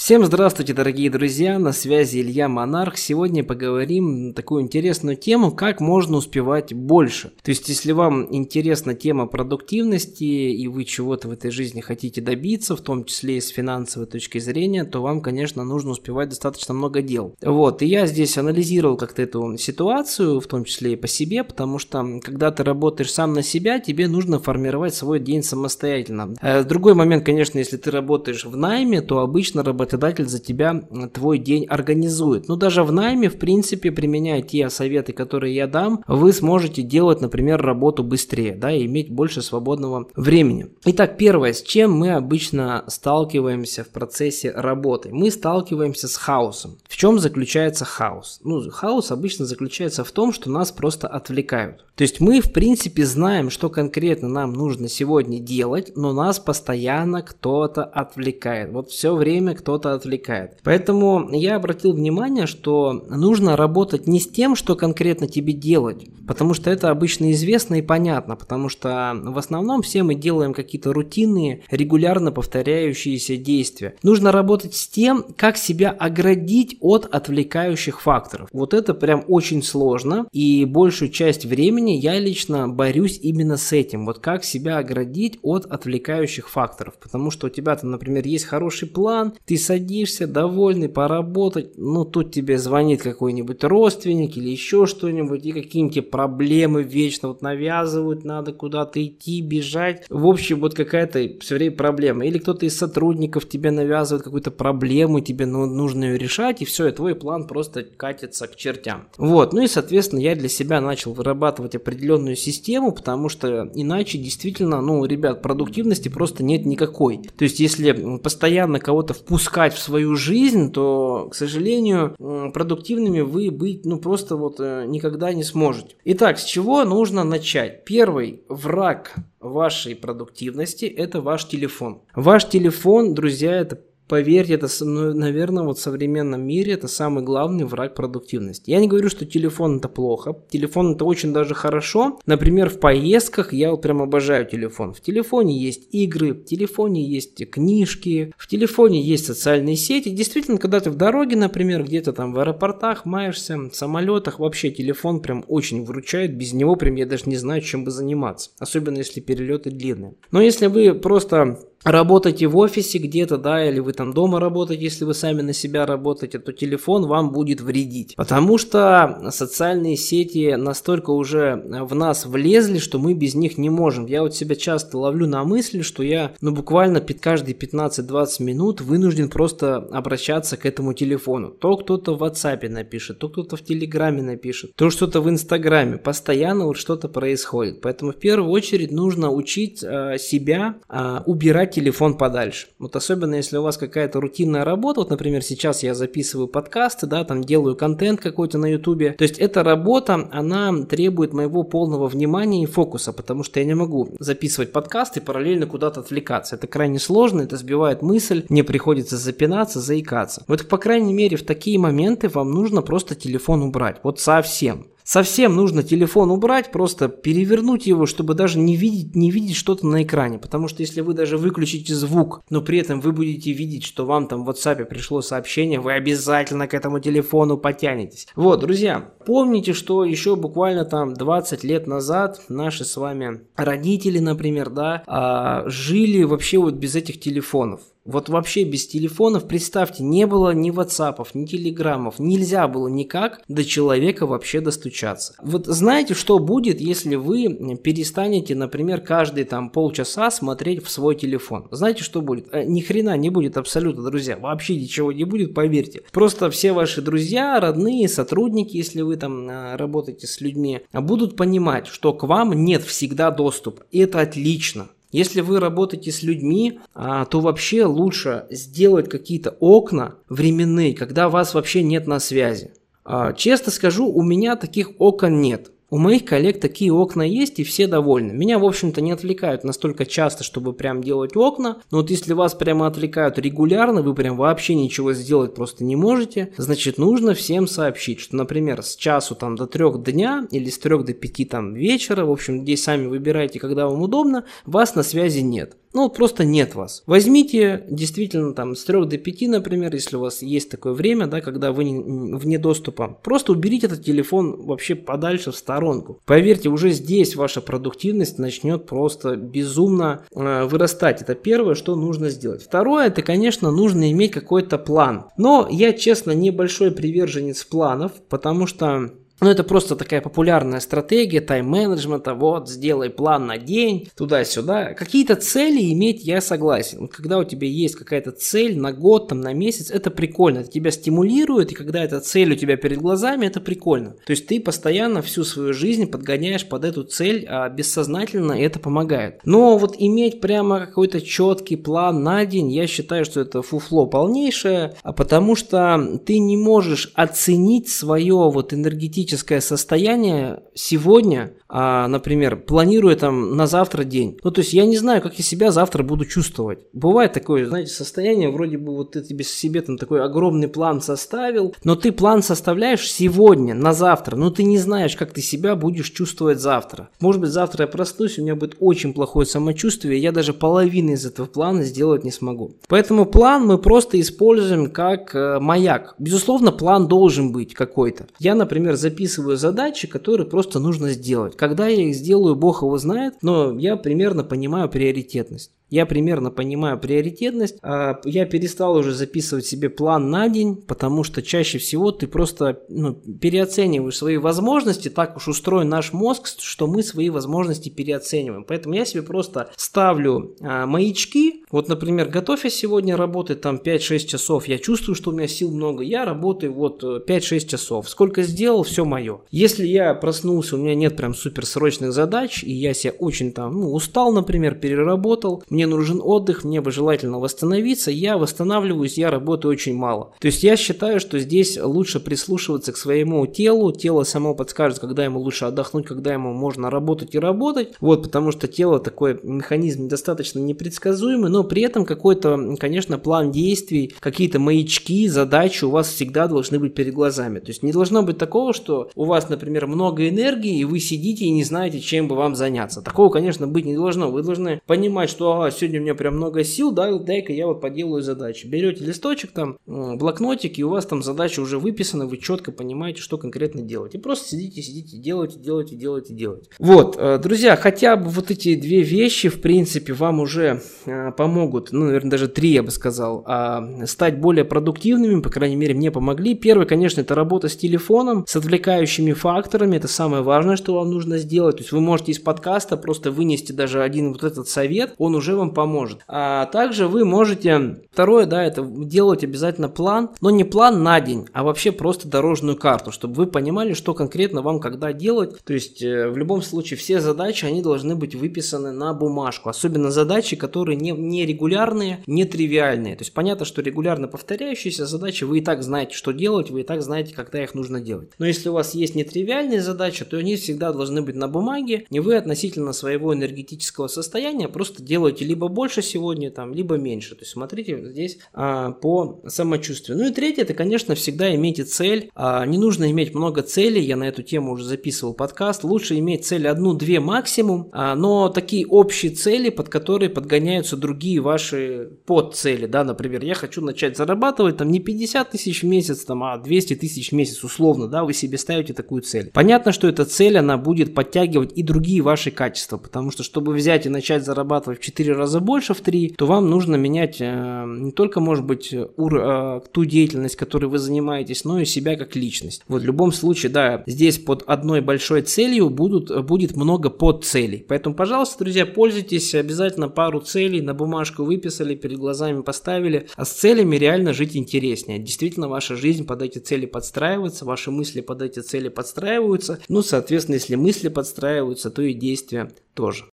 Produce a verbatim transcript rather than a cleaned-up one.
Всем здравствуйте, дорогие друзья, на связи Илья Монарх. Сегодня поговорим на такую интересную тему, как можно успевать больше. То есть, если вам интересна тема продуктивности и вы чего-то в этой жизни хотите добиться, в том числе и с финансовой точки зрения, то вам, конечно, нужно успевать достаточно много дел. Вот, и я здесь анализировал как-то эту ситуацию, в том числе и по себе, потому что, когда ты работаешь сам на себя, тебе нужно формировать свой день самостоятельно. Другой момент, конечно, если ты работаешь в найме, то обычно работаешь работодатель за тебя твой день организует. Но даже в найме, в принципе, применяя те советы, которые я дам, вы сможете делать, например, работу быстрее, да, и иметь больше свободного времени. Итак, первое, с чем мы обычно сталкиваемся в процессе работы? Мы сталкиваемся с хаосом. В чем заключается хаос? Ну, хаос обычно заключается в том, что нас просто отвлекают. То есть мы, в принципе, знаем, что конкретно нам нужно сегодня делать, но нас постоянно кто-то отвлекает. Вот все время кто кто-то отвлекает. Поэтому я обратил внимание, что нужно работать не с тем, что конкретно тебе делать, потому что это обычно известно и понятно, потому что в основном все мы делаем какие-то рутинные, регулярно повторяющиеся действия. Нужно работать с тем, как себя оградить от отвлекающих факторов. Вот это прям очень сложно, и большую часть времени я лично борюсь именно с этим. Вот как себя оградить от отвлекающих факторов, потому что у тебя-то, например, есть хороший план, ты садишься, довольный, поработать, ну тут тебе звонит какой-нибудь родственник или еще что-нибудь, и какие-нибудь проблемы вечно вот навязывают, надо куда-то идти, бежать. В общем, вот какая-то все время проблема. Или кто-то из сотрудников тебе навязывает какую-то проблему, тебе ну, нужно ее решать, и все, и твой план просто катится к чертям. Вот, ну и, соответственно, я для себя начал вырабатывать определенную систему, потому что иначе действительно, ну, ребят, продуктивности просто нет никакой. То есть, если постоянно кого-то впускать в свою жизнь, то, к сожалению, продуктивными вы быть, ну, просто вот никогда не сможете. Итак, с чего нужно начать? Первый враг вашей продуктивности – это ваш телефон. Ваш телефон, друзья, это поверьте, это, наверное, вот в современном мире это самый главный враг продуктивности. Я не говорю, что телефон это плохо. Телефон это очень даже хорошо. Например, в поездках я вот прям обожаю телефон. В телефоне есть игры, в телефоне есть книжки, в телефоне есть социальные сети. Действительно, когда ты в дороге, например, где-то там в аэропортах маешься, в самолетах, вообще телефон прям очень выручает. Без него прям я даже не знаю, чем бы заниматься. Особенно, если перелеты длинные. Но если вы просто работаете в офисе где-то, да, или вы там дома работаете, если вы сами на себя работаете, то телефон вам будет вредить. Потому что социальные сети настолько уже в нас влезли, что мы без них не можем. Я вот себя часто ловлю на мысли, что я, ну, буквально каждые пятнадцать-двадцать минут вынужден просто обращаться к этому телефону. То кто-то в WhatsApp напишет, то кто-то в Телеграме напишет, то что-то в Инстаграме. Постоянно вот что-то происходит. Поэтому в первую очередь нужно учить э, себя э, убирать телефон подальше. Вот особенно если у вас какая-то рутинная работа, вот, например, сейчас я записываю подкасты, да, там делаю контент какой-то на ютубе, то есть эта работа, она требует моего полного внимания и фокуса, потому что я не могу записывать подкасты и параллельно куда-то отвлекаться. Это крайне сложно, это сбивает мысль, мне приходится запинаться, заикаться. Вот, по крайней мере, в такие моменты вам нужно просто телефон убрать, вот совсем. Совсем нужно телефон убрать, просто перевернуть его, чтобы даже не видеть, не видеть что-то на экране. Потому что если вы даже выключите звук, но при этом вы будете видеть, что вам там в WhatsApp пришло сообщение, вы обязательно к этому телефону потянетесь. Вот, друзья, помните, что еще буквально там двадцать лет назад наши с вами родители, например, да, жили вообще вот без этих телефонов. Вот вообще без телефонов, представьте, не было ни ватсапов, ни телеграммов, нельзя было никак до человека вообще достучаться. Вот знаете, что будет, если вы перестанете, например, каждые там полчаса смотреть в свой телефон? Знаете, что будет? Э, ни хрена не будет абсолютно, друзья, вообще ничего не будет, поверьте. Просто все ваши друзья, родные, сотрудники, если вы там э, работаете с людьми, будут понимать, что к вам нет всегда доступа, и это отлично. Если вы работаете с людьми, то вообще лучше сделать какие-то окна временные, когда вас вообще нет на связи. Честно скажу, у меня таких окон нет. У моих коллег такие окна есть, и все довольны. Меня, в общем-то, не отвлекают настолько часто, чтобы прям делать окна. Но вот если вас прямо отвлекают регулярно, вы прям вообще ничего сделать просто не можете, значит, нужно всем сообщить, что, например, с часу там до трех дня или с трех до пяти там вечера, в общем, здесь сами выбирайте, когда вам удобно, вас на связи нет. Ну, вот просто нет вас. Возьмите действительно там с трёх до пяти, например, если у вас есть такое время, да, когда вы не, вне доступа, просто уберите этот телефон вообще подальше в сторонку. Поверьте, уже здесь ваша продуктивность начнет просто безумно э, вырастать. Это первое, что нужно сделать. Второе, это, конечно, нужно иметь какой-то план. Но я, честно, небольшой приверженец планов, потому что ну, это просто такая популярная стратегия тайм-менеджмента, вот, сделай план на день, туда-сюда. Какие-то цели иметь я согласен. Когда у тебя есть какая-то цель на год, там, на месяц, это прикольно, это тебя стимулирует, и когда эта цель у тебя перед глазами, это прикольно. То есть ты постоянно всю свою жизнь подгоняешь под эту цель а бессознательно, и это помогает. Но вот иметь прямо какой-то четкий план на день, я считаю, что это фуфло полнейшее, а потому что ты не можешь оценить свое вот энергетическое состояние сегодня, а, например, планируя там на завтра день. Ну, то есть я не знаю, как я себя завтра буду чувствовать. Бывает такое, знаете, состояние, вроде бы вот ты тебе себе там такой огромный план составил, но ты план составляешь сегодня, на завтра, но ты не знаешь, как ты себя будешь чувствовать завтра. Может быть, завтра я проснусь, у меня будет очень плохое самочувствие, я даже половины из этого плана сделать не смогу. Поэтому план мы просто используем как э, маяк. Безусловно, план должен быть какой-то. Я, например, записываю задачи, которые просто нужно сделать. Когда я их сделаю, Бог его знает, но я примерно понимаю приоритетность. Я примерно понимаю приоритетность. Я перестал уже записывать себе план на день, потому что чаще всего ты просто ну, переоцениваешь свои возможности. Так уж устроен наш мозг, что мы свои возможности переоцениваем. Поэтому я себе просто ставлю а, маячки. Вот, например, готовь я сегодня работать там пять-шесть часов. Я чувствую, что у меня сил много. Я работаю вот пять-шесть часов. Сколько сделал, все мое. Если я проснулся, у меня нет прям суперсрочных задач, и я себя очень там ну, устал, например, переработал, мне нужен отдых, мне бы желательно восстановиться, я восстанавливаюсь, я работаю очень мало. То есть я считаю, что здесь лучше прислушиваться к своему телу, тело само подскажет, когда ему лучше отдохнуть, когда ему можно работать и работать, вот, потому что тело такой механизм достаточно непредсказуемый, но при этом какой-то, конечно, план действий, какие-то маячки, задачи у вас всегда должны быть перед глазами. То есть не должно быть такого, что у вас, например, много энергии, и вы сидите и не знаете, чем бы вам заняться. Такого, конечно, быть не должно. Вы должны понимать, что ага, сегодня у меня прям много сил, да, дай-ка я вот поделаю задачи. Берете листочек, там, блокнотик, и у вас там задача уже выписана, вы четко понимаете, что конкретно делать. И просто сидите, сидите, делайте, делайте, делайте, делайте. Вот, друзья, хотя бы вот эти две вещи, в принципе, вам уже помогут, ну, наверное, даже три, я бы сказал, стать более продуктивными, по крайней мере, мне помогли. Первый, конечно, это работа с телефоном, с отвлекающими факторами, это самое важное, что вам нужно сделать. То есть вы можете из подкаста просто вынести даже один вот этот совет, он уже вам поможет. А также вы можете, второе, да, это делать обязательно план, но не план на день, а вообще просто дорожную карту, чтобы вы понимали, что конкретно вам когда делать. То есть э, в любом случае все задачи, они должны быть выписаны на бумажку, особенно задачи, которые не, не регулярные, не тривиальные. То есть понятно, что регулярно повторяющиеся задачи, вы и так знаете, что делать, вы и так знаете, когда их нужно делать. Но если у вас есть нетривиальные задачи, то они всегда должны быть на бумаге, и вы относительно своего энергетического состояния просто делаете либо больше сегодня, там, либо меньше. То есть смотрите здесь а, по самочувствию. Ну и третье, это, конечно, всегда имейте цель. А, не нужно иметь много целей, я на эту тему уже записывал подкаст. Лучше иметь цель одну-две максимум, а, но такие общие цели, под которые подгоняются другие ваши подцели. Да, например, я хочу начать зарабатывать там не пятьдесят тысяч в месяц, там, а двести тысяч в месяц условно, да, вы себе ставите такую цель. Понятно, что эта цель, она будет подтягивать и другие ваши качества, потому что, чтобы взять и начать зарабатывать в четыре раза больше, в три, то вам нужно менять э, не только, может быть, ур, э, ту деятельность, которой вы занимаетесь, но и себя как личность. Вот в любом случае, да, здесь под одной большой целью будут, будет много подцелей. Поэтому, пожалуйста, друзья, пользуйтесь, обязательно пару целей на бумажку выписали, перед глазами поставили, а с целями реально жить интереснее. Действительно, ваша жизнь под эти цели подстраивается, ваши мысли под эти цели подстраиваются, ну, соответственно, если мысли подстраиваются, то и действия тоже.